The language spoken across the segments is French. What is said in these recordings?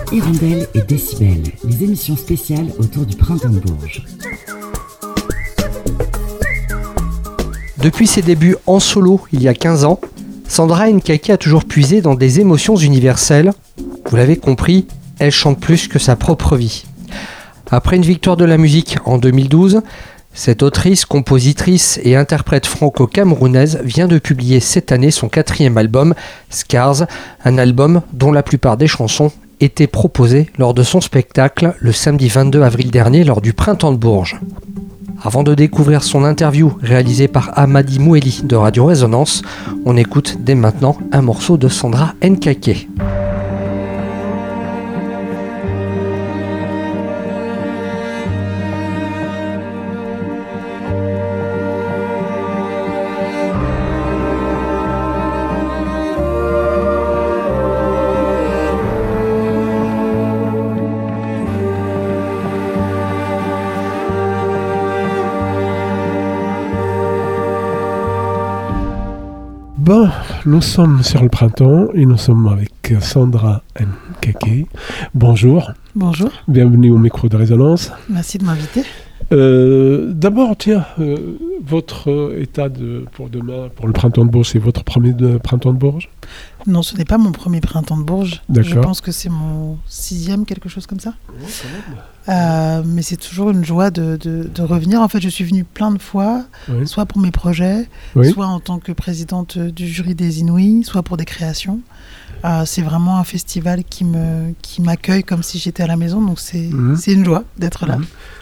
Hirondelle et Décibel, les émissions spéciales autour du printemps de Bourges. Depuis ses débuts en solo il y a 15 ans, Sandra Nkake a toujours puisé dans des émotions universelles. Vous l'avez compris, elle chante plus que sa propre vie. Après une victoire de la musique en 2012, cette autrice, compositrice et interprète franco-camerounaise vient de publier cette année son 4e album, Scars, un album dont la plupart des chansons étaient proposées lors de son spectacle le samedi 22 avril dernier lors du Printemps de Bourges. Avant de découvrir son interview réalisée par Amadi Moueli de Radio Résonance, on écoute dès maintenant un morceau de Sandra Nkake. Bon, nous sommes sur le printemps et nous sommes avec Sandra Nkake. Bonjour. Bonjour. Bienvenue au micro de Résonance. Merci de m'inviter. D'abord, tiens, votre état pour demain, pour le printemps de Bourges, c'est votre premier printemps de Bourges ? Non, ce n'est pas mon premier printemps de Bourges. D'accord. Je pense que c'est mon 6e, quelque chose comme ça. Mais c'est toujours une joie de revenir. En fait, je suis venue plein de fois, Oui. soit pour mes projets, Oui. soit en tant que présidente du jury des Inouïs, soit pour des créations. C'est vraiment un festival qui m'accueille comme si j'étais à la maison, donc c'est une joie d'être là.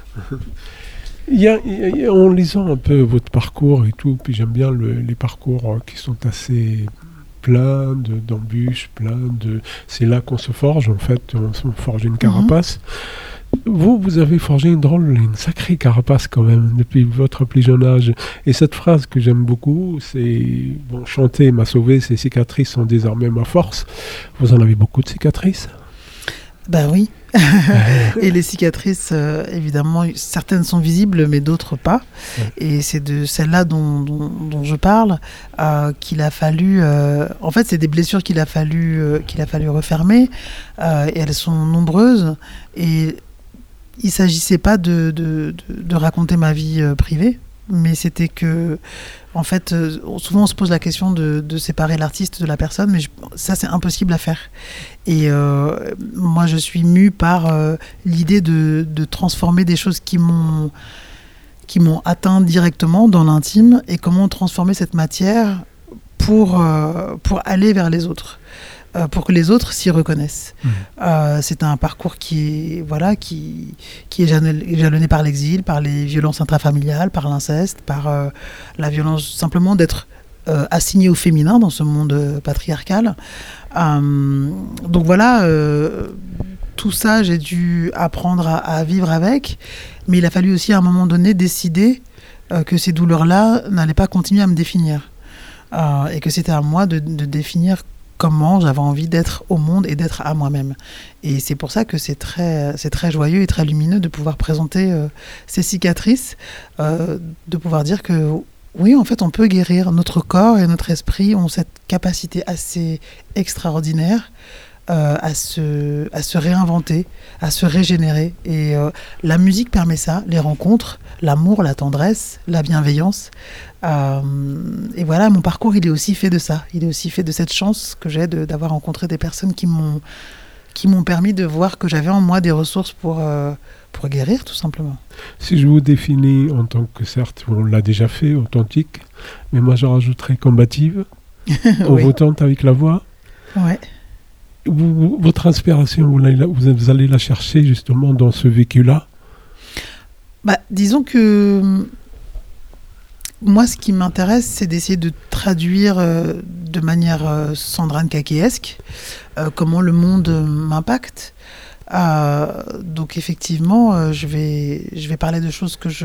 Il y a, en lisant un peu votre parcours et tout, puis j'aime bien les parcours qui sont assez pleins d'embûches, c'est là qu'on se forge, en fait, on se forge une carapace. Vous avez forgé une sacrée carapace quand même, depuis votre plus jeune âge. Et cette phrase que j'aime beaucoup, c'est « Bon, chanter m'a sauvé, ces cicatrices sont désormais ma force ». Vous en avez beaucoup de cicatrices ? Ben oui. Et les cicatrices, évidemment, certaines sont visibles, mais d'autres pas. Ouais. Et c'est de celles-là dont je parle qu'il a fallu... en fait, c'est des blessures qu'il a fallu refermer. Et elles sont nombreuses. Et il ne s'agissait pas de raconter ma vie privée, mais c'était que... En fait, souvent on se pose la question de séparer l'artiste de la personne, mais ça c'est impossible à faire. Et moi je suis mue par l'idée de transformer des choses qui m'ont atteint directement dans l'intime et comment transformer cette matière pour aller vers les autres. Pour que les autres s'y reconnaissent. C'est un parcours qui est jalonné par l'exil, par les violences intrafamiliales, par l'inceste, par la violence simplement d'être assigné au féminin dans ce monde patriarcal. Donc voilà, tout ça, j'ai dû apprendre à vivre avec, mais il a fallu aussi à un moment donné décider que ces douleurs-là n'allaient pas continuer à me définir. Et que c'était à moi de définir comment j'avais envie d'être au monde et d'être à moi-même. Et c'est pour ça que c'est très joyeux et très lumineux de pouvoir présenter ces cicatrices, de pouvoir dire que oui, en fait, on peut guérir. Notre corps et notre esprit ont cette capacité assez extraordinaire à se réinventer, à se régénérer. Et la musique permet ça, les rencontres, l'amour, la tendresse, la bienveillance. Et voilà, mon parcours, il est aussi fait de ça. Il est aussi fait de cette chance que j'ai d'avoir rencontré des personnes qui m'ont permis de voir que j'avais en moi des ressources pour guérir, tout simplement. Si je vous définis en tant que, certes, on l'a déjà fait, authentique, mais moi je rajouterais combative, envoûtante avec la voix. Ouais. Votre inspiration, vous allez la chercher justement dans ce vécu-là ? Disons que moi, ce qui m'intéresse, c'est d'essayer de traduire de manière Sandra Nkakeesque comment le monde m'impacte. Donc effectivement, je vais parler de choses que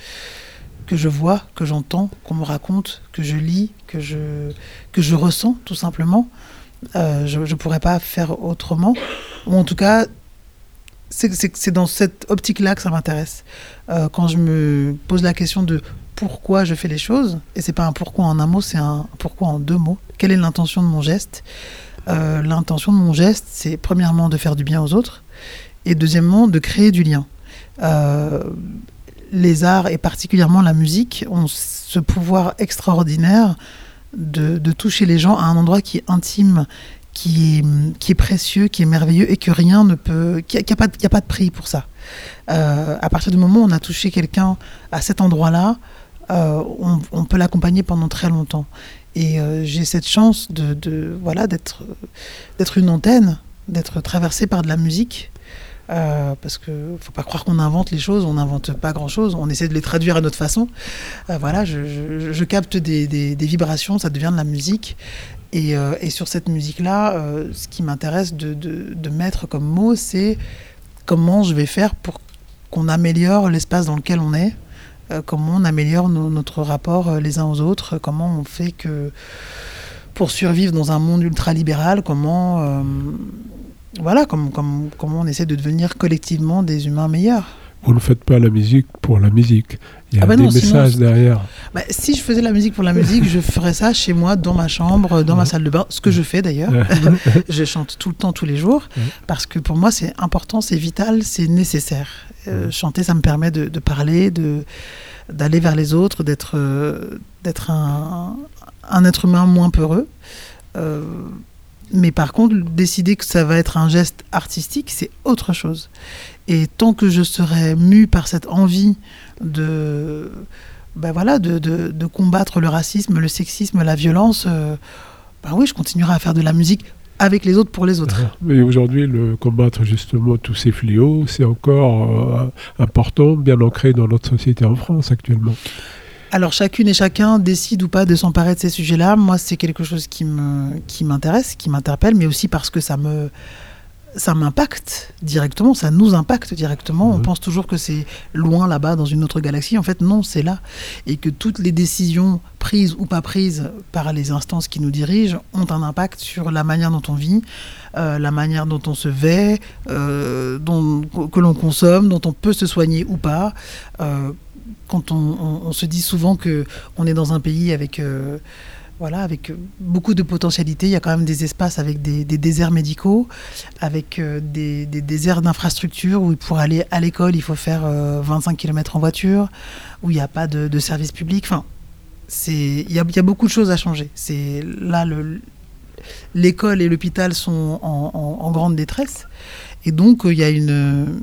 je vois, que j'entends, qu'on me raconte, que je lis, que je ressens tout simplement. Je ne pourrais pas faire autrement. Ou en tout cas, c'est dans cette optique-là que ça m'intéresse. Quand je me pose la question de pourquoi je fais les choses, et c'est pas un pourquoi en un mot, c'est un pourquoi en 2 mots. Quelle est l'intention de mon geste ? l'intention de mon geste, c'est premièrement de faire du bien aux autres et deuxièmement de créer du lien. Les arts et particulièrement la musique ont ce pouvoir extraordinaire de toucher les gens à un endroit qui est intime, qui est précieux, qui est merveilleux et que rien ne peut... qu'il n'y a pas de prix pour ça. À partir du moment où on a touché quelqu'un à cet endroit-là, on peut l'accompagner pendant très longtemps. Et j'ai cette chance d'être une antenne, d'être traversée par de la musique. Parce que faut pas croire qu'on invente les choses, on n'invente pas grand chose, on essaie de les traduire à notre façon. Je capte des vibrations, ça devient de la musique. Et sur cette musique-là, ce qui m'intéresse de mettre comme mot, c'est comment je vais faire pour qu'on améliore l'espace dans lequel on est, comment on améliore notre rapport les uns aux autres, comment on fait que pour survivre dans un monde ultralibéral, comment on essaie de devenir collectivement des humains meilleurs. Vous ne faites pas la musique pour la musique. Il y a des messages derrière. Si je faisais la musique pour la musique, je ferais ça chez moi, dans ma chambre, dans ma salle de bain, ce que je fais d'ailleurs. Je chante tout le temps, tous les jours, parce que pour moi c'est important, c'est vital, c'est nécessaire. Chanter, ça me permet de parler, d'aller vers les autres, d'être un être humain moins peureux. Mais par contre, décider que ça va être un geste artistique, c'est autre chose. Et tant que je serai mue par cette envie de combattre le racisme, le sexisme, la violence, oui, je continuerai à faire de la musique avec les autres pour les autres. Mais aujourd'hui, combattre justement tous ces fléaux, c'est encore important, bien ancré dans notre société en France actuellement. Alors, chacune et chacun décide ou pas de s'emparer de ces sujets-là. Moi, c'est quelque chose qui m'intéresse, qui m'interpelle, mais aussi parce que ça m'impacte directement, ça nous impacte directement. On pense toujours que c'est loin là-bas, dans une autre galaxie. En fait, non, c'est là. Et que toutes les décisions prises ou pas prises par les instances qui nous dirigent ont un impact sur la manière dont on vit, la manière dont on se vêt, que l'on consomme, dont on peut se soigner ou pas. Quand on se dit souvent qu'on est dans un pays avec beaucoup de potentialités, il y a quand même des espaces avec des déserts médicaux, avec des déserts d'infrastructures où pour aller à l'école, il faut faire 25 km en voiture, où il n'y a pas de service public. Enfin, il y a beaucoup de choses à changer. Là, l'école et l'hôpital sont en grande détresse. Et donc, il y a une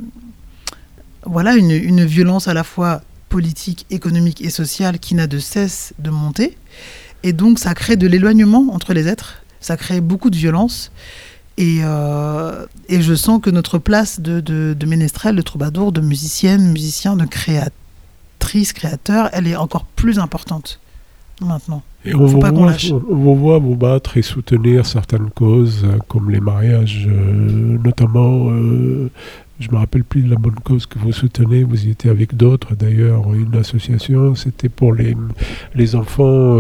violence à la fois politique, économique et sociale qui n'a de cesse de monter. Et donc, ça crée de l'éloignement entre les êtres. Ça crée beaucoup de violence. Et je sens que notre place de ménestrel, de troubadour, de musicienne, musicien, de créatrice, créateur, elle est encore plus importante maintenant. Et on vous voit vous battre et soutenir certaines causes, comme les mariages, notamment... je ne me rappelle plus de la bonne cause que vous soutenez. Vous y étiez avec d'autres, d'ailleurs, une association. C'était pour les enfants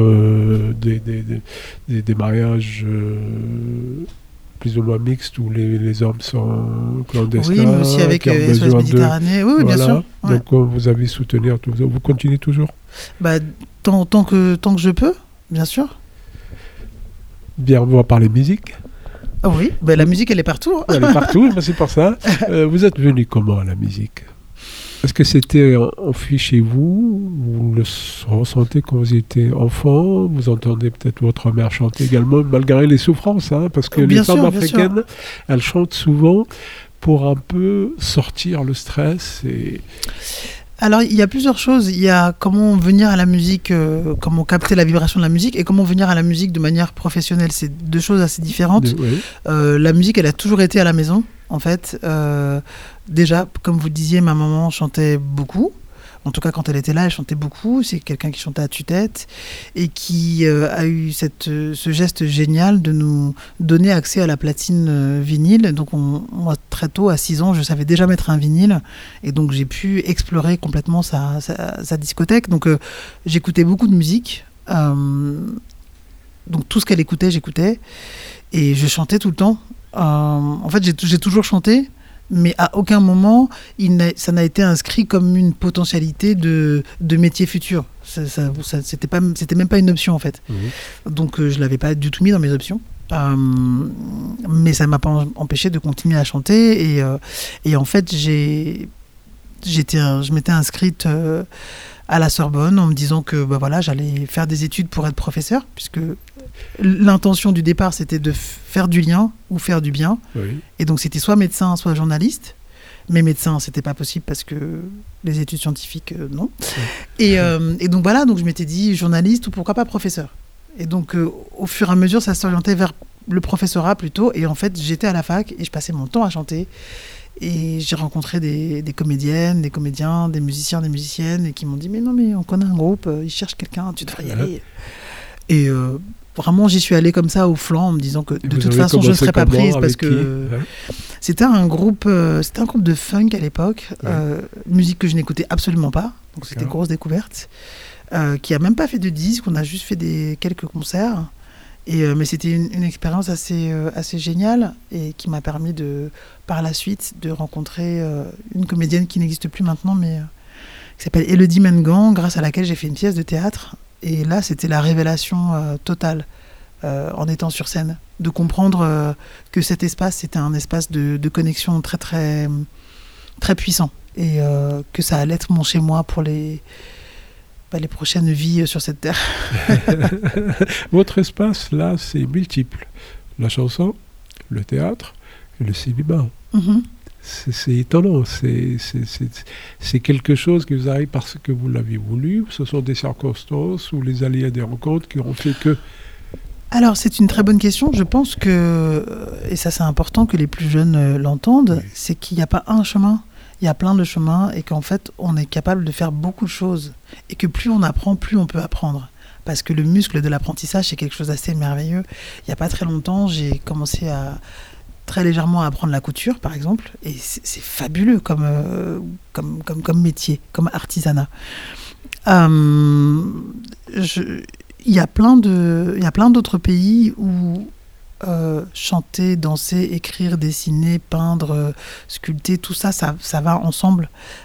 des mariages plus ou moins mixtes où les hommes sont clandestins. Oui, mais aussi avec SOS Méditerranée. Oui, bien sûr. Ouais. Donc vous avez soutenu tout ça. Vous continuez toujours ? Tant que je peux, bien sûr. Bien, on va parler musique. Oh oui, la musique, elle est partout. Elle est partout, c'est pour ça. Vous êtes venu comment à la musique ? Est-ce que c'était enfui chez vous ? Vous le ressentez quand vous étiez enfant ? Vous entendez peut-être votre mère chanter également, malgré les souffrances, parce que les femmes africaines, elles chantent souvent pour un peu sortir le stress et... Alors, il y a plusieurs choses. Il y a comment venir à la musique, comment capter la vibration de la musique et comment venir à la musique de manière professionnelle. C'est deux choses assez différentes. Oui. La musique, elle a toujours été à la maison, en fait. Déjà, comme vous le disiez, ma maman chantait beaucoup. En tout cas, quand elle était là, elle chantait beaucoup. C'est quelqu'un qui chantait à tue-tête et qui a eu ce geste génial de nous donner accès à la platine vinyle. Donc, moi, très tôt, à 6 ans, je savais déjà mettre un vinyle. Et donc, j'ai pu explorer complètement sa discothèque. Donc, j'écoutais beaucoup de musique. Donc, tout ce qu'elle écoutait, j'écoutais. Et je chantais tout le temps. En fait, j'ai toujours chanté. Mais à aucun moment, ça n'a été inscrit comme une potentialité de métier futur. C'était même pas une option, en fait. Donc, je ne l'avais pas du tout mis dans mes options. Mais ça ne m'a pas empêché de continuer à chanter. Et en fait, je m'étais inscrite à la Sorbonne en me disant que voilà, j'allais faire des études pour être professeur, puisque l'intention du départ, c'était de faire du lien ou faire du bien. Oui. Et donc, c'était soit médecin, soit journaliste. Mais médecin, c'était pas possible parce que les études scientifiques, non. Et donc voilà, donc je m'étais dit journaliste ou pourquoi pas professeur. Et donc au fur et à mesure, ça s'orientait vers le professorat plutôt. Et en fait, j'étais à la fac et je passais mon temps à chanter. Et j'ai rencontré des comédiennes, des comédiens, des musiciens, des musiciennes, et qui m'ont dit mais non, mais on connaît un groupe, ils cherchent quelqu'un, tu devrais y aller. Et vraiment, j'y suis allée comme ça au flanc en me disant que de toute façon, je ne serais pas prise parce que c'était un groupe de funk à l'époque, musique que je n'écoutais absolument pas, donc c'était grosse découverte, qui a même pas fait de disque, on a juste fait quelques concerts, mais c'était une expérience assez géniale et qui m'a permis par la suite de rencontrer une comédienne qui n'existe plus maintenant, mais qui s'appelle Élodie Mengan, grâce à laquelle j'ai fait une pièce de théâtre. Et là, c'était la révélation totale en étant sur scène, de comprendre que cet espace, c'était un espace de connexion très, très, très puissant et que ça allait être mon chez-moi pour les prochaines vies sur cette terre. Votre espace, là, c'est multiple. La chanson, le théâtre et le cinéma. Mm-hmm. C'est étonnant, c'est quelque chose qui vous arrive parce que vous l'avez voulu, ce sont des circonstances ou les aléas des rencontres qui ont fait que... Alors, c'est une très bonne question. Je pense que, et ça c'est important que les plus jeunes l'entendent, c'est qu'il n'y a pas un chemin, il y a plein de chemins et qu'en fait, on est capable de faire beaucoup de choses et que plus on apprend, plus on peut apprendre. Parce que le muscle de l'apprentissage, c'est quelque chose d'assez merveilleux. Il n'y a pas très longtemps, j'ai commencé très légèrement à apprendre la couture, par exemple, et c'est fabuleux comme métier, comme artisanat. Il y a plein d'autres pays où chanter, danser, écrire, dessiner, peindre, sculpter, tout ça, ça va ensemble.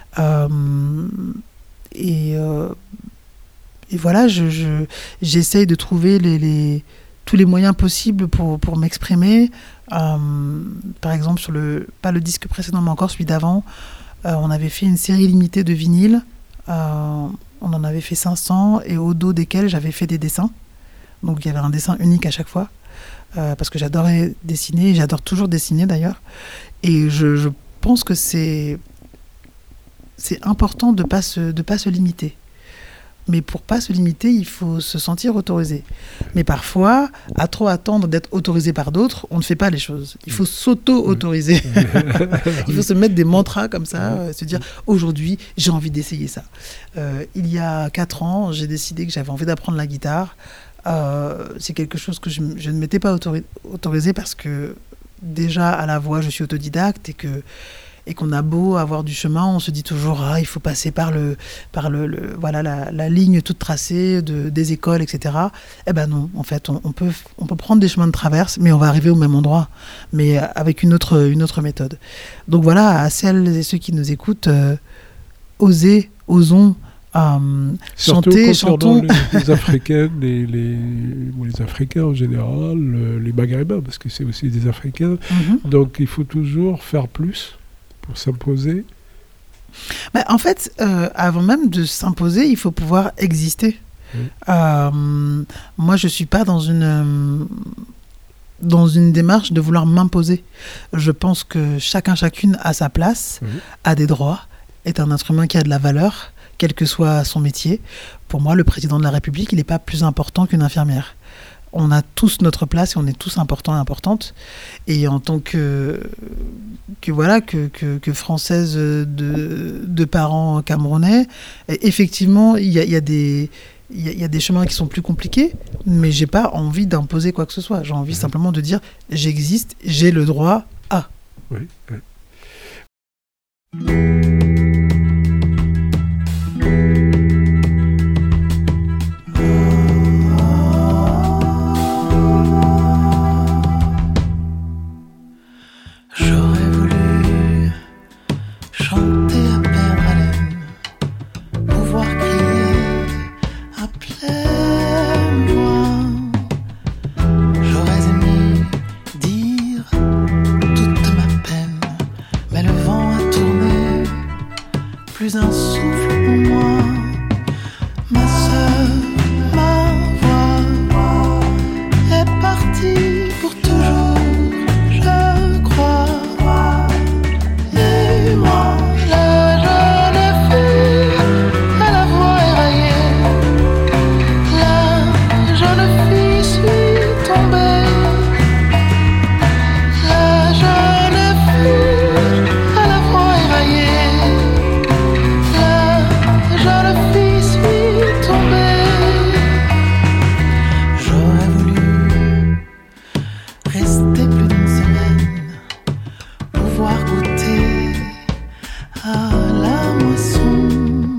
Et voilà, j'essaye de trouver tous les moyens possibles pour m'exprimer. Par exemple, pas le disque précédent, mais encore celui d'avant, on avait fait une série limitée de vinyles. On en avait fait 500 et au dos desquels j'avais fait des dessins. Donc il y avait un dessin unique à chaque fois. Parce que j'adorais dessiner, j'adore toujours dessiner d'ailleurs. Et je pense que c'est important de pas se limiter. Mais pour pas se limiter, il faut se sentir autorisé. Mais parfois, à trop attendre d'être autorisé par d'autres, on ne fait pas les choses. Il faut s'auto-autoriser. Il faut se mettre des mantras comme ça, se dire « Aujourd'hui, j'ai envie d'essayer ça ». Il y a 4 ans, j'ai décidé que j'avais envie d'apprendre la guitare. C'est quelque chose que je ne m'étais pas autorisé parce que déjà, à la voix, je suis autodidacte et qu'on a beau avoir du chemin, on se dit toujours il faut passer par voilà la ligne toute tracée des écoles, etc. Eh ben non, en fait, on peut prendre des chemins de traverse, mais on va arriver au même endroit, mais avec une autre méthode. Donc voilà, à celles et ceux qui nous écoutent, osons chanter, chantons. Les Africaines ou les Africains en général, les Maghrébins, parce que c'est aussi des Africains. Mm-hmm. Donc il faut toujours faire plus pour s'imposer. En fait, avant même de s'imposer, il faut pouvoir exister. Oui. Moi, je ne suis pas dans une démarche de vouloir m'imposer. Je pense que chacune a sa place, a des droits, est un être humain qui a de la valeur, quel que soit son métier. Pour moi, le président de la République, il n'est pas plus important qu'une infirmière. On a tous notre place et on est tous importants et importantes. Et en tant que française de parents camerounais, effectivement, il y a des chemins qui sont plus compliqués, mais j'ai pas envie d'imposer quoi que ce soit. J'ai envie simplement de dire j'existe, j'ai le droit à. Oui. J'aurais aimé suis un souffle pour moi, ma sœur, ma voix est partie pour toujours, je crois. Et moi, la jeune fille à la voix éraillée, la jeune fille suis tombée. La jeune fille à la voix éraillée, la jeune fille suis tombée. J'aurais voulu rester plus d'une semaine, pouvoir goûter à la moisson.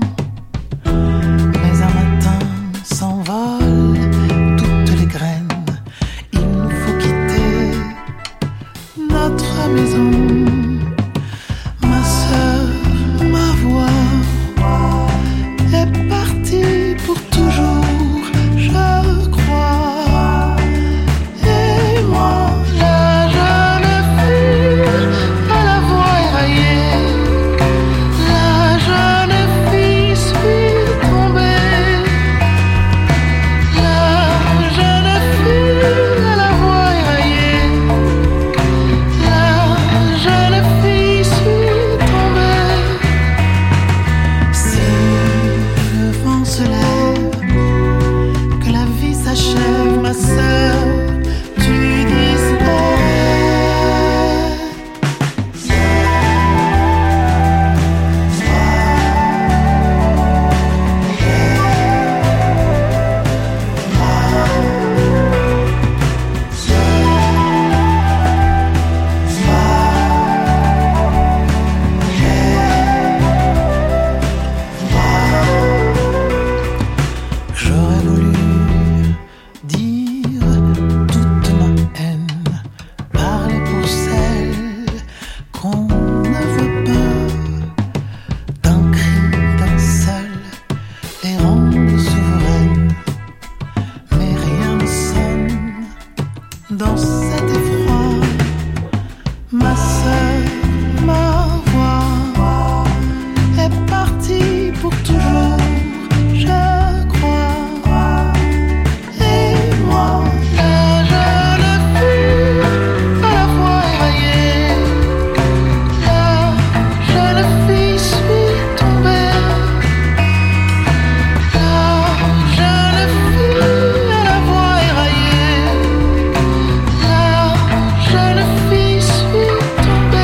Mais un matin s'envolent toutes les graines, il nous faut quitter notre maison. Ma sœur, ma voix est partie pour toujours, je crois. Et moi, la jeune fille à la voix éraillée, la jeune fille suis tombée. La jeune fille à la voix éraillée, la jeune fille suis tombée. Si le vent se lève, que la vie s'achève, ma sœur, tu disparais. J'aurais voulu dire toute ma haine, parler pour celle qu'on ne voit pas, d'un cri d'un seul, les rendre souveraines. Mais rien ne sonne dans cet effroi. Ma sœur, ma voix est partie pour toujours, je crois. Et moi, la jeune fille à la voix éraillée, la jeune fille suis tombée. La jeune fille à la voix éraillée, la jeune fille suis tombée.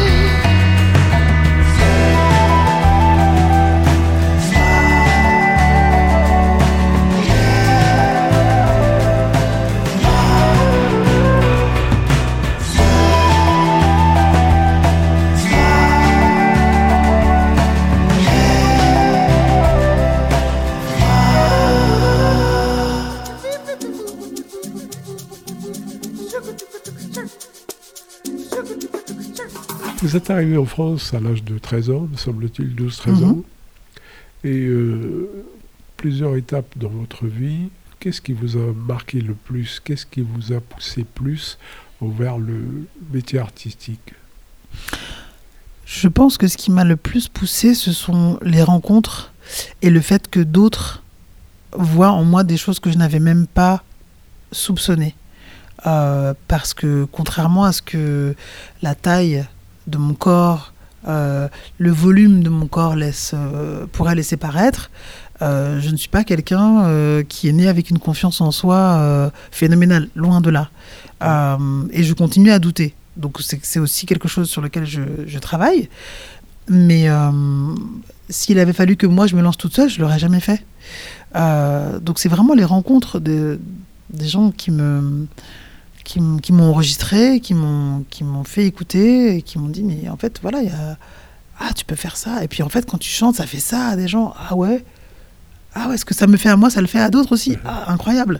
Vous êtes arrivé en France à l'âge de 13 ans, me semble-t-il, 12-13 ans. Et plusieurs étapes dans votre vie. Qu'est-ce qui vous a marqué le plus? Qu'est-ce qui vous a poussé plus vers le métier artistique? Je pense que ce qui m'a le plus poussé, ce sont les rencontres et le fait que d'autres voient en moi des choses que je n'avais même pas soupçonnées. Parce que contrairement à ce que la taille de mon corps, le volume de mon corps pourrait laisser paraître, je ne suis pas quelqu'un qui est né avec une confiance en soi phénoménale, loin de là. Et je continue à douter. Donc c'est aussi quelque chose sur lequel je travaille. Mais s'il avait fallu que moi je me lance toute seule, je ne l'aurais jamais fait. Donc c'est vraiment les rencontres des gens qui m'ont enregistré, qui m'ont fait écouter et qui m'ont dit mais en fait voilà, tu peux faire ça, et puis en fait quand tu chantes ça fait ça à des gens. Ah ouais, ce que ça me fait à moi ça le fait à d'autres aussi. Incroyable.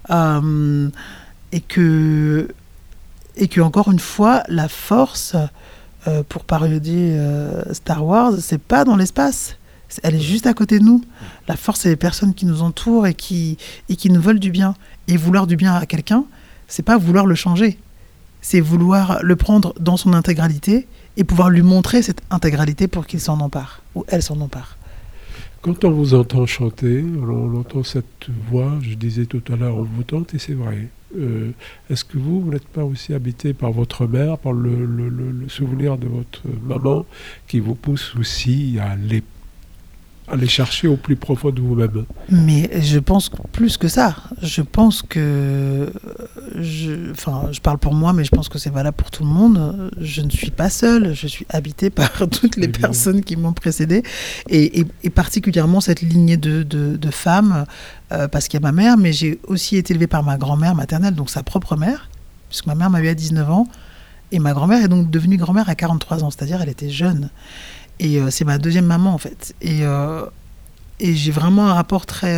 Et que encore une fois la force, pour parodier Star Wars, c'est pas dans l'espace, elle est juste à côté de nous. La force, c'est les personnes qui nous entourent et qui nous veulent du bien. Et vouloir du bien à quelqu'un, c'est pas vouloir le changer. c'est vouloir le prendre dans son intégralité et pouvoir lui montrer cette intégralité pour qu'il s'en empare, ou elle s'en empare. Quand on vous entend chanter, on entend cette voix, je disais tout à l'heure, envoûtante, et c'est vrai. Est-ce que vous n'êtes pas aussi habité par votre mère, par le souvenir de votre maman, qui vous pousse aussi à aller chercher au plus profond de vous-même? Mais je pense plus que ça. Je pense que... je parle pour moi, mais je pense que c'est valable pour tout le monde. Je ne suis pas seule. Je suis habitée par toutes les personnes qui m'ont précédée. Et particulièrement cette lignée de femmes, parce qu'il y a ma mère, mais j'ai aussi été élevée par ma grand-mère maternelle, donc sa propre mère, puisque ma mère m'a eu à 19 ans. Et ma grand-mère est donc devenue grand-mère à 43 ans, c'est-à-dire elle était jeune. Et c'est ma deuxième maman, en fait. Et j'ai vraiment un rapport très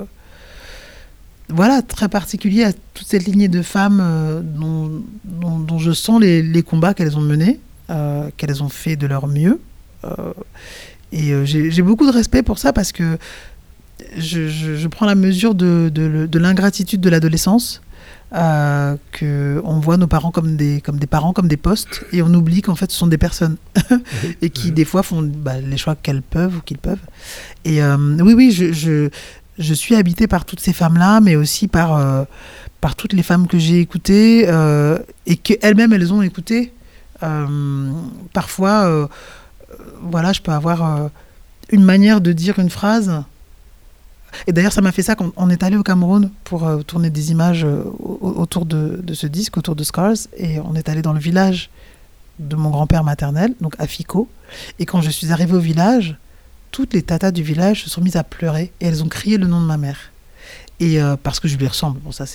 particulier à toute cette lignée de femmes dont je sens les combats qu'elles ont menés, qu'elles ont fait de leur mieux. Et j'ai beaucoup de respect pour ça, parce que je prends la mesure de l'ingratitude de l'adolescence. Qu'on voit nos parents comme des parents, comme des postes, et on oublie qu'en fait ce sont des personnes et qui des fois font les choix qu'elles peuvent ou qu'ils peuvent. Et oui, je suis habitée par toutes ces femmes-là, mais aussi par toutes les femmes que j'ai écoutées et qu'elles-mêmes elles ont écoutées. Parfois, je peux avoir une manière de dire une phrase. Et d'ailleurs, ça m'a fait ça quand on est allé au Cameroun pour tourner des images autour de ce disque, autour de Scars. Et on est allé dans le village de mon grand-père maternel, donc à Fico. Et quand je suis arrivée au village, toutes les tatas du village se sont mises à pleurer et elles ont crié le nom de ma mère. Et parce que je lui ressemble. Bon, ça, c'est...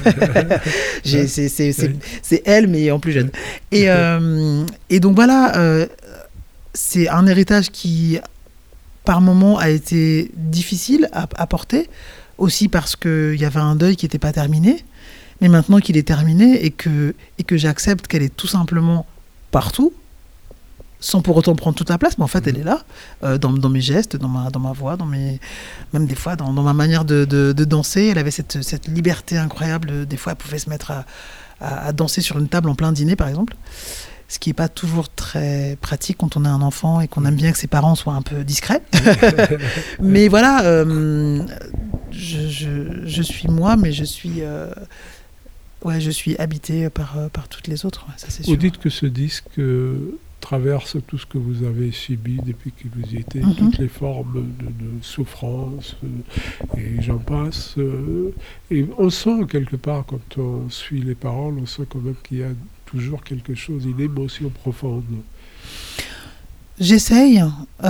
c'est elle, mais en plus jeune. Et donc voilà, c'est un héritage qui... par moments, a été difficile à porter, aussi parce qu'il y avait un deuil qui n'était pas terminé, mais maintenant qu'il est terminé et que j'accepte qu'elle est tout simplement partout, sans pour autant prendre toute la place, mais en fait elle est là, dans mes gestes, dans ma voix, même des fois dans ma manière de danser. Elle avait cette liberté incroyable. Des fois elle pouvait se mettre à danser sur une table en plein dîner, par exemple. Ce qui n'est pas toujours très pratique quand on a un enfant et qu'on aime bien que ses parents soient un peu discrets. Mais voilà, je suis moi, mais je suis habitée par toutes les autres, ça c'est sûr. Vous dites que ce disque traverse tout ce que vous avez subi depuis que vous y étiez, toutes les formes de souffrance, et j'en passe. Et on sent quelque part, quand on suit les paroles, on sent quand même qu'il y a toujours quelque chose, une émotion profonde. J'essaye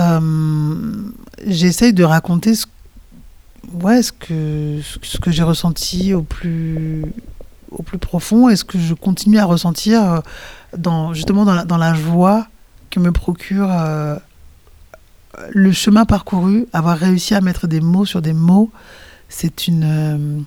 de raconter ce que j'ai ressenti au plus profond, et ce que je continue à ressentir dans la joie que me procure le chemin parcouru, avoir réussi à mettre des mots sur des mots. C'est une...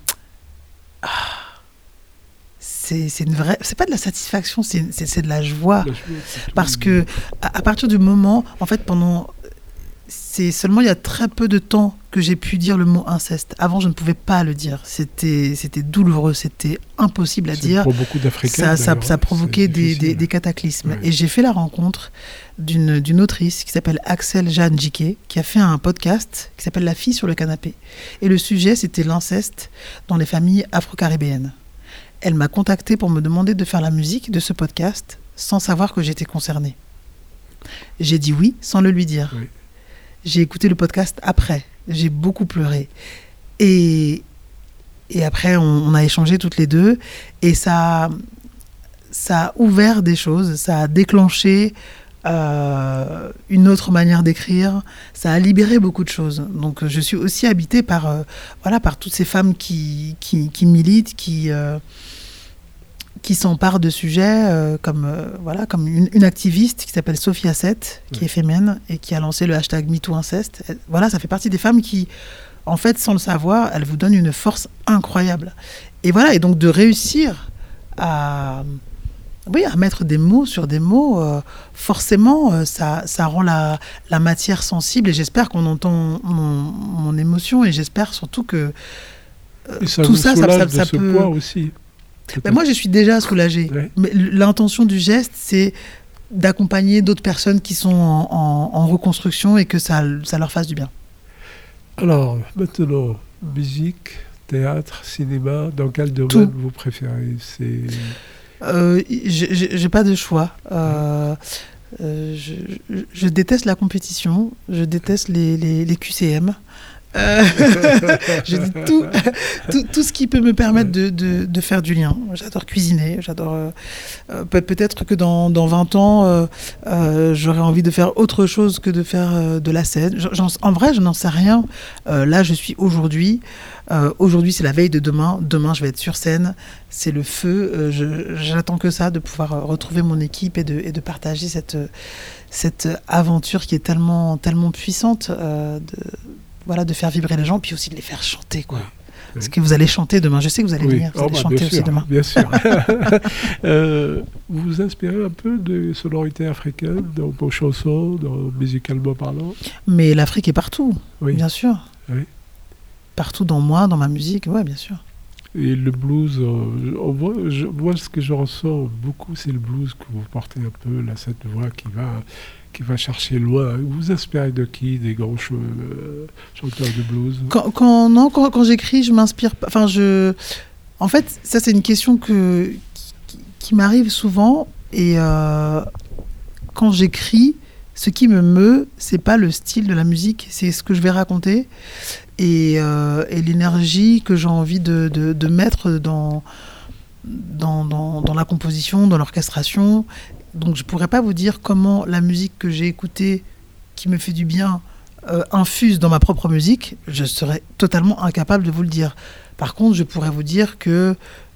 C'est une vraie... C'est pas de la satisfaction, c'est de la joie. Parce que à partir du moment... En fait, c'est seulement il y a très peu de temps que j'ai pu dire le mot inceste. Avant, je ne pouvais pas le dire. C'était douloureux, c'était impossible à dire. Pour beaucoup d'Africains, ça provoquait des cataclysmes. Ouais. Et j'ai fait la rencontre d'une autrice qui s'appelle Axel Jeanne Jiquet, qui a fait un podcast qui s'appelle La fille sur le canapé. Et le sujet, c'était l'inceste dans les familles afro-caribéennes. Elle m'a contactée pour me demander de faire la musique de ce podcast sans savoir que j'étais concernée. J'ai dit oui sans le lui dire. Oui. J'ai écouté le podcast après. J'ai beaucoup pleuré. Et après, on a échangé toutes les deux. Et ça a ouvert des choses. Ça a déclenché une autre manière d'écrire. Ça a libéré beaucoup de choses. Donc, je suis aussi habitée par toutes ces femmes qui militent, qui s'emparent de sujets comme une activiste qui s'appelle Sophia Seth, qui est féminine et qui a lancé le hashtag MeTooInceste. Voilà, ça fait partie des femmes qui, en fait, sans le savoir, elles vous donnent une force incroyable. Et voilà, et donc de réussir à mettre des mots sur des mots, forcément, ça rend la matière sensible, et j'espère qu'on entend mon émotion, et j'espère surtout que tout ça, ça peut... poids aussi. Moi, je suis déjà soulagée. Ouais. Mais l'intention du geste, c'est d'accompagner d'autres personnes qui sont en reconstruction et que ça leur fasse du bien. Alors, maintenant, musique, théâtre, cinéma, dans quel domaine Tout. vous préférez? J'ai pas de choix. Je déteste la compétition, je déteste les QCM. Je dis tout ce qui peut me permettre de faire du lien. J'adore cuisiner, j'adore. Peut-être que dans 20 ans, j'aurais envie de faire autre chose que de faire de la scène. En vrai, je n'en sais rien. Là, je suis aujourd'hui. Aujourd'hui, c'est la veille de demain. Demain, je vais être sur scène. C'est le feu. J'attends que ça, de pouvoir retrouver mon équipe et de partager cette aventure qui est tellement, tellement puissante. De faire vibrer les gens, puis aussi de les faire chanter, quoi. Oui. Parce que vous allez chanter demain. Je sais que vous allez venir, vous allez chanter aussi demain. Bien sûr. Vous vous inspirez un peu de sonorités africaines dans vos chansons, musicalement parlant? Mais l'Afrique est partout, Oui. bien sûr. Oui. Partout dans moi, dans ma musique, ouais, bien sûr. Et le blues, moi, ce que je ressens beaucoup, c'est le blues que vous portez un peu, là, cette voix qui va chercher loin. Vous vous inspirez de qui? Des grands chanteurs de blues? Quand j'écris, je m'inspire. En fait, ça, c'est une question qui m'arrive souvent. Et quand j'écris, ce qui me meut, c'est pas le style de la musique, c'est ce que je vais raconter et l'énergie que j'ai envie de mettre dans la composition, dans l'orchestration. Donc je pourrais pas vous dire comment la musique que j'ai écoutée, qui me fait du bien, infuse dans ma propre musique. Je serais totalement incapable de vous le dire. Par contre, je pourrais vous dire que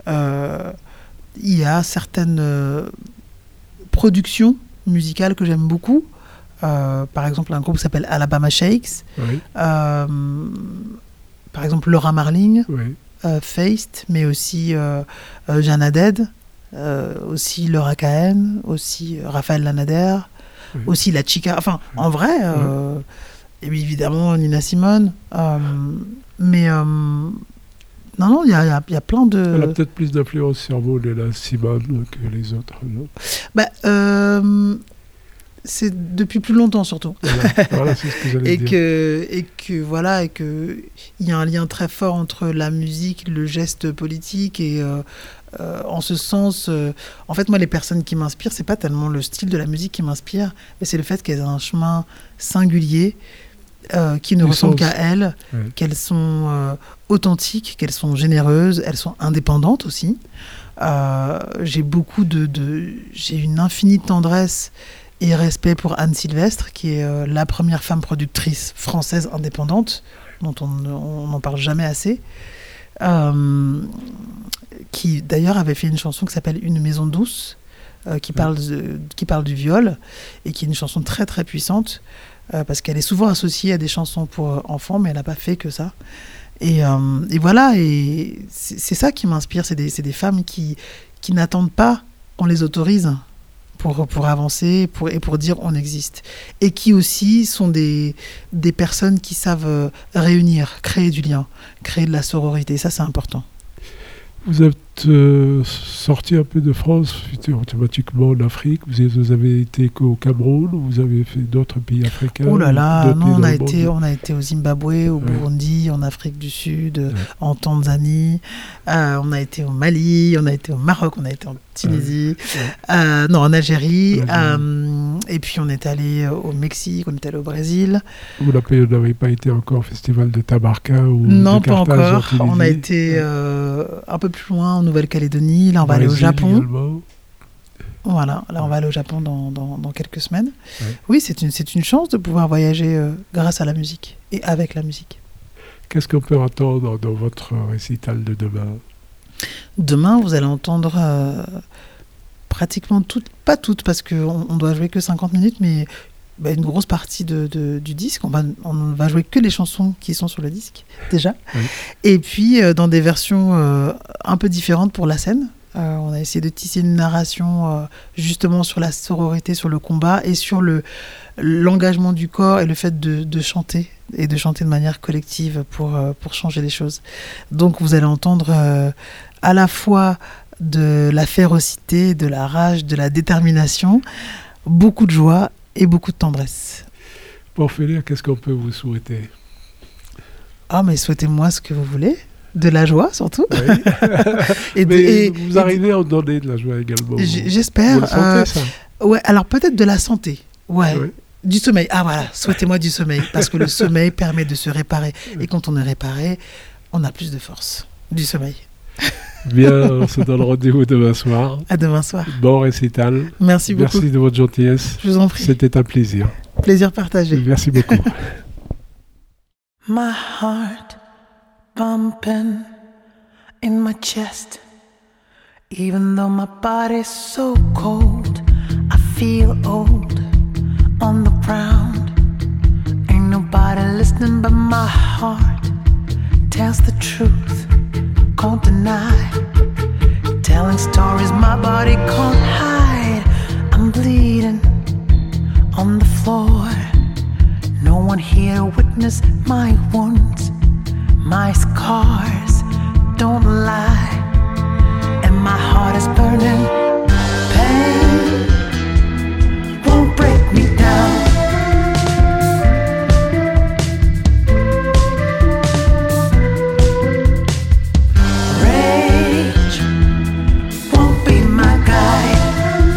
il y a certaines productions musicales que j'aime beaucoup. Par exemple, un groupe qui s'appelle Alabama Shakes. Oui. Par exemple, Laura Marling, Oui. Feist, mais aussi Jeanne Haddad. Aussi Laura Cahen, aussi Raphaël Lanader, Oui. aussi La Chica. Enfin, en vrai, et puis évidemment Nina Simone. Mais non, il y a plein de. Elle a peut-être plus d'influence sur vous, Nina Simone, que les autres, non? C'est depuis plus longtemps surtout. Voilà, c'est ce que j'allais dire. Et que il y a un lien très fort entre la musique, le geste politique et en ce sens, en fait, moi, les personnes qui m'inspirent, c'est pas tellement le style de la musique qui m'inspire, mais c'est le fait qu'elles aient un chemin singulier qui ne ressemble qu'à elles, qu'elles sont authentiques, qu'elles sont généreuses, elles sont indépendantes aussi. J'ai une infinie tendresse et respect pour Anne Sylvestre, qui est la première femme productrice française indépendante, dont on n'en parle jamais assez, qui d'ailleurs avait fait une chanson qui s'appelle Une maison douce, qui parle du viol, et qui est une chanson très très puissante, parce qu'elle est souvent associée à des chansons pour enfants, mais elle n'a pas fait que ça. Et voilà, et c'est ça qui m'inspire, c'est des femmes qui n'attendent pas qu'on les autorise pour avancer et pour dire on existe. Et qui aussi sont des personnes qui savent réunir, créer du lien, créer de la sororité. Ça, c'est important. Vous êtes sorti un peu de France, automatiquement en Afrique. Vous avez été qu'au Cameroun, ou vous avez fait d'autres pays africains? Oh là là, non, on a été au Zimbabwe, au Burundi, en Afrique du Sud, en Tanzanie, on a été au Mali, on a été au Maroc, on a été en Tunisie, en Algérie, et puis on est allé au Mexique, on est allé au Brésil. Vous n'avez pas été encore au festival de Tabarka ou non, de pas Carthage, encore. On a été un peu plus loin en Nouvelle-Calédonie. Là, on va aller au Japon. Également. Voilà, là, on va aller au Japon dans quelques semaines. Ouais. Oui, c'est une chance de pouvoir voyager grâce à la musique et avec la musique. Qu'est-ce qu'on peut entendre dans votre récital de demain? Demain, vous allez entendre pratiquement toutes, pas toutes, parce qu'on doit jouer que 50 minutes, mais une grosse partie du disque. On va jouer que les chansons qui sont sur le disque, déjà. Oui. Et puis, dans des versions un peu différentes pour la scène. On a essayé de tisser une narration justement sur la sororité, sur le combat et sur l'engagement du corps et le fait de chanter et de chanter de manière collective pour changer les choses. Donc vous allez entendre à la fois de la férocité, de la rage, de la détermination, beaucoup de joie et beaucoup de tendresse. Pour finir, qu'est-ce qu'on peut vous souhaiter? Ah, mais souhaitez-moi ce que vous voulez. De la joie, surtout. Oui. et vous arrivez à en donner de la joie également. J'espère. Vous le sentez, ça? Ouais, alors peut-être de la santé. Ouais. Oui. Du sommeil. Ah voilà, souhaitez-moi du sommeil. Parce que le sommeil permet de se réparer. Et quand on est réparé, on a plus de force. Du sommeil. Bien, on se donne rendez-vous demain soir. À demain soir. Bon récital. Merci beaucoup. Merci de votre gentillesse. Je vous en prie. C'était un plaisir. Plaisir partagé. Merci beaucoup. My heart bumping in my chest. Even though my body's so cold, I feel old on the ground. Ain't nobody listening but my heart tells the truth, can't deny. Telling stories my body can't hide. I'm bleeding on the floor. No one here witness my wounds. My scars don't lie. And my heart is burning. Pain won't break me down. Rage won't be my guide.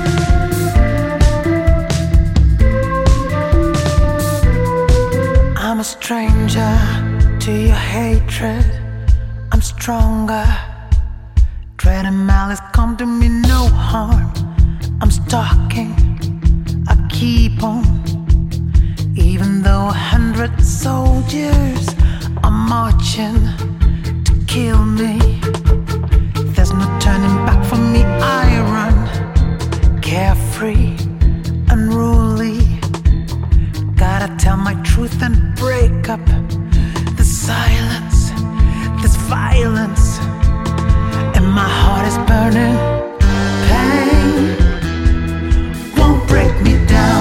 I'm a stranger to your hatred. I'm stronger. Dread and malice come to me no harm. I'm stalking, I keep on. Even though 100 soldiers are marching to kill me, there's no turning back for me. I run, carefree, unruly. Gotta tell my truth and break up the silence, this violence. And my heart is burning. Pain won't break me down.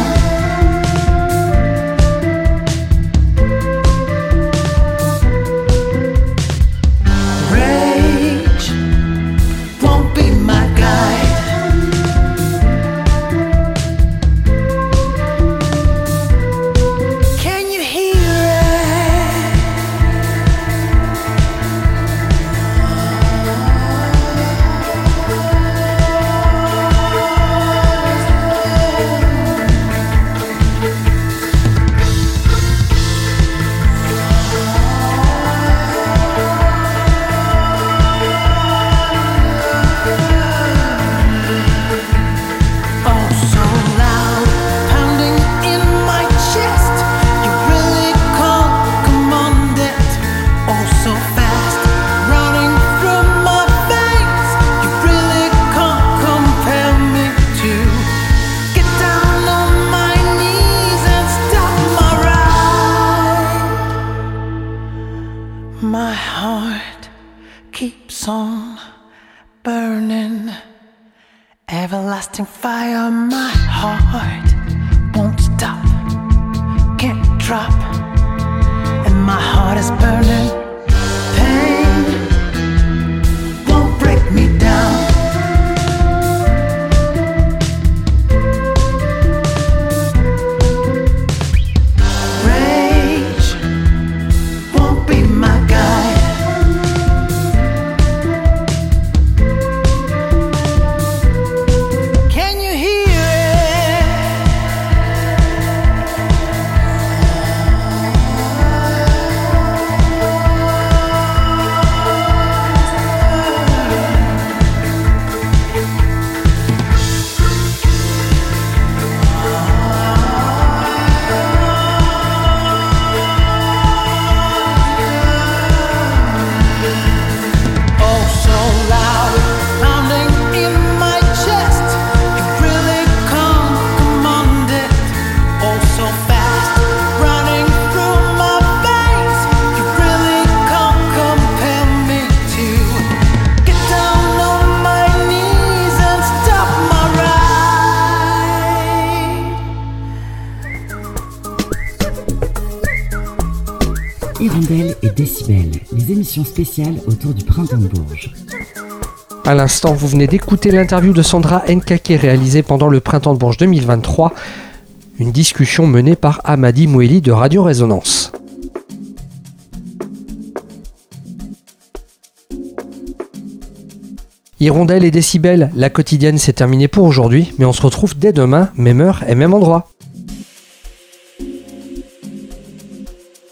Rage won't be my guide. Can you hear it? Oh, so loud, pounding in my chest. You really can't command it. Oh, so fast, running through my veins. You really can't compare me to get down on my knees and stop my ride. My heart keeps on burning. Everlasting fire, my heart won't stop, can't drop, and my heart is burning. Pain won't break me down. Rage won't be my guide. Can you hear it? Oh, so loud, pounding in my chest. You really can't command it. Oh, so fast, running through my veins. You really can't compare me to get down on my knees and stop my ride. Hirondelle et Décibel, les émissions spéciales autour du printemps de Bourges. À l'instant, vous venez d'écouter l'interview de Sandra Nkake réalisée pendant le Printemps de Bourges 2023. Une discussion menée par Amadi Moueli de Radio Résonance. Hirondelle et décibels, la quotidienne c'est terminé pour aujourd'hui, mais on se retrouve dès demain, même heure et même endroit.